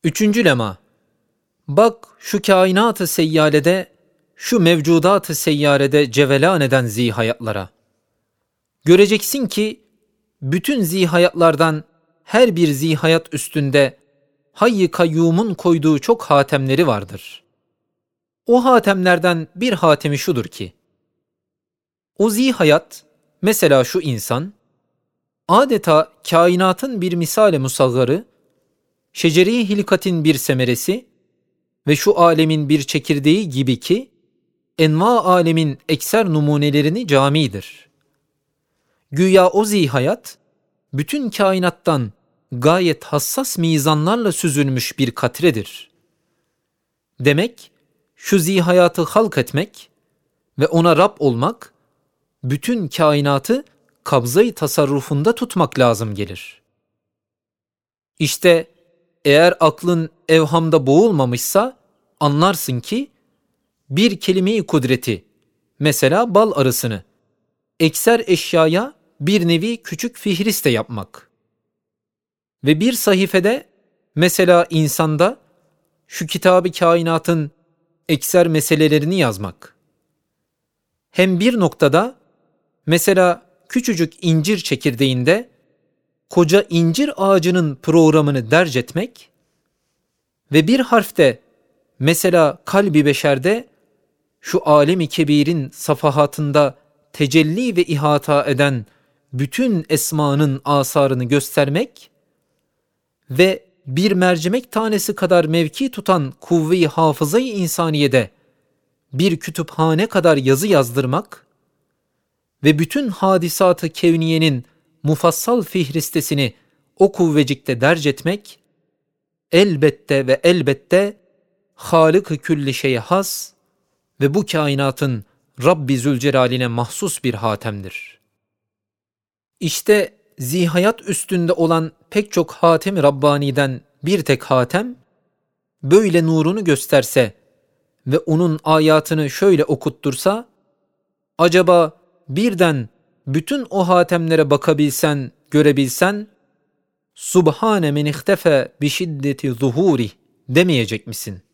Üçüncü lema. Bak şu kainat-ı seyyarede, şu mevcudat-ı seyyarede cevelan eden zihayatlara. Göreceksin ki bütün zihayatlardan her bir zihayat üstünde Hayy-i Kayyum'un koyduğu çok hatemleri vardır. O hatemlerden bir hatemi şudur ki, o zihayat, mesela şu insan, adeta kainatın bir misale musaggarı, şeceri hilkatin bir semeresi ve şu alemin bir çekirdeği gibi ki, enva alemin ekser numunelerini camidir. Güya o zihayat, bütün kainattan gayet hassas mizanlarla süzülmüş bir katredir. Demek, şu zihayatı halk etmek ve ona Rab olmak, bütün kainatı kabzayı tasarrufunda tutmak lazım gelir. İşte eğer aklın evhamda boğulmamışsa anlarsın ki bir kelime-i kudreti, mesela bal arısını, ekser eşyaya bir nevi küçük fihriste yapmak ve bir sayfede, mesela insanda, şu kitabı kainatın ekser meselelerini yazmak. Hem bir noktada, mesela küçücük incir çekirdeğinde, koca incir ağacının programını derc etmek ve bir harfte, mesela kalbi beşerde, şu alemi kebirin safahatında tecelli ve ihata eden bütün esmanın asarını göstermek ve bir mercimek tanesi kadar mevki tutan kuvve-i hafızayı insaniyede bir kütüphane kadar yazı yazdırmak ve bütün hadisat-ı kevniyenin mufassal fihristesini o kuvvecikte derc etmek, elbette ve elbette Halık-ı külli şeye has ve bu kainatın Rabbi Zülcelal'ine mahsus bir hatemdir. İşte zihayat üstünde olan pek çok hatem-i Rabbani'den bir tek hatem, böyle nurunu gösterse ve onun ayatını şöyle okuttursa, acaba birden bütün o hatemlere bakabilsen, görebilsen, Subhane men ihtefe bi şiddeti zuhuri demeyecek misin?